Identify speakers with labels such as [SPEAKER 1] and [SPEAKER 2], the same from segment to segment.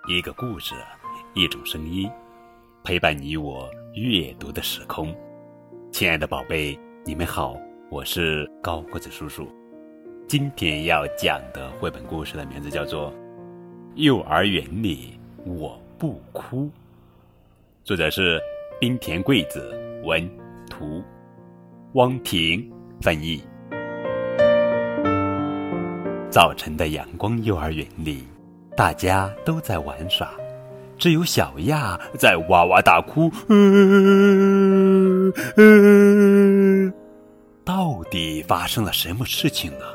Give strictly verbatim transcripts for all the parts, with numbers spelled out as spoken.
[SPEAKER 1] 一个故事，一种声音，陪伴你我阅读的时空。亲爱的宝贝，你们好，我是高个子叔叔。今天要讲的绘本故事的名字叫做《幼儿园里我不哭》，作者是滨田贵子，文图，汪婷翻译。早晨的阳光幼儿园里，大家都在玩耍，只有小亚在哇哇大哭。嗯嗯，到底发生了什么事情呢？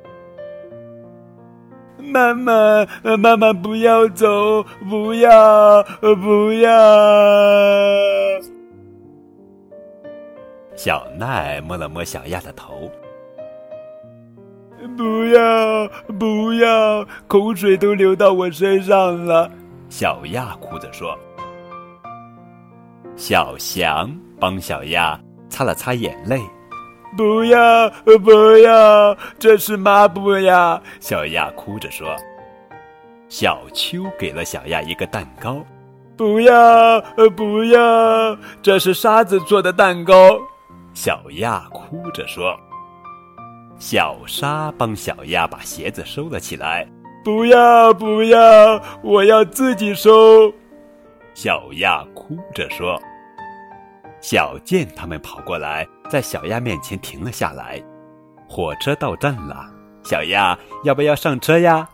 [SPEAKER 1] 妈妈，妈妈不要走，不要，不要！小奈摸了摸小亚的头。不要，不要，口水都流到我身上了，小亚哭着说。小翔帮小亚擦了擦眼泪。不要，不要，这是抹布呀，小亚哭着说。小秋给了小亚一个蛋糕。不要，不要，这是沙子做的蛋糕，小亚哭着说。小沙帮小亚把鞋子收了起来。不要，不要，我要自己收，小亚哭着说。小健他们跑过来，在小亚面前停了下来。火车到站了，小亚要不要上车呀？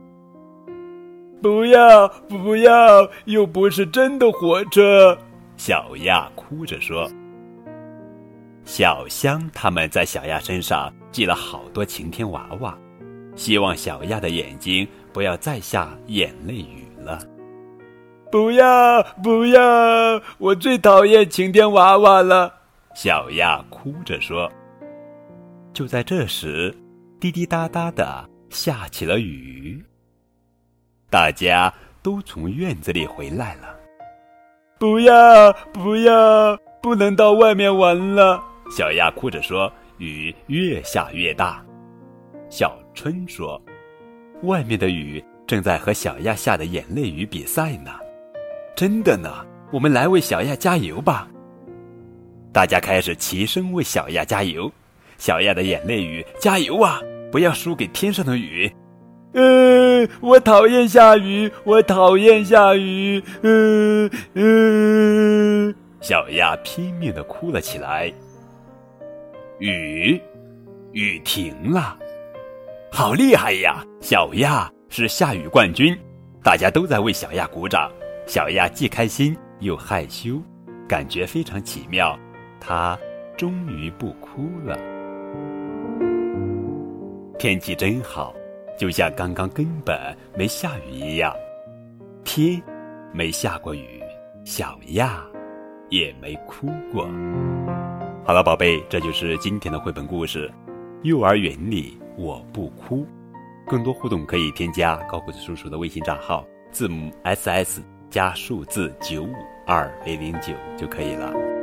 [SPEAKER 1] 不要，不要，又不是真的火车，小亚哭着说。小香他们在小亚身上系了好多晴天娃娃，希望小亚的眼睛不要再下眼泪雨了。不要，不要，我最讨厌晴天娃娃了，小亚哭着说。就在这时，滴滴答答的下起了雨，大家都从院子里回来了。不要，不要，不能到外面玩了，小亚哭着说。雨越下越大。小春说，外面的雨正在和小亚下的眼泪雨比赛呢。真的呢，我们来为小亚加油吧。大家开始齐声为小亚加油。小亚的眼泪雨，加油啊，不要输给天上的雨。嗯，我讨厌下雨，我讨厌下雨。嗯嗯，小亚拼命地哭了起来。雨，雨停了，好厉害呀！小亚是下雨冠军，大家都在为小亚鼓掌。小亚既开心又害羞，感觉非常奇妙，她终于不哭了。天气真好，就像刚刚根本没下雨一样。天没下过雨，小亚也没哭过。好了，宝贝，这就是今天的绘本故事。幼儿园里我不哭。更多互动可以添加高个子叔叔的微信账号，字母 S S 加数字九五二零零九就可以了。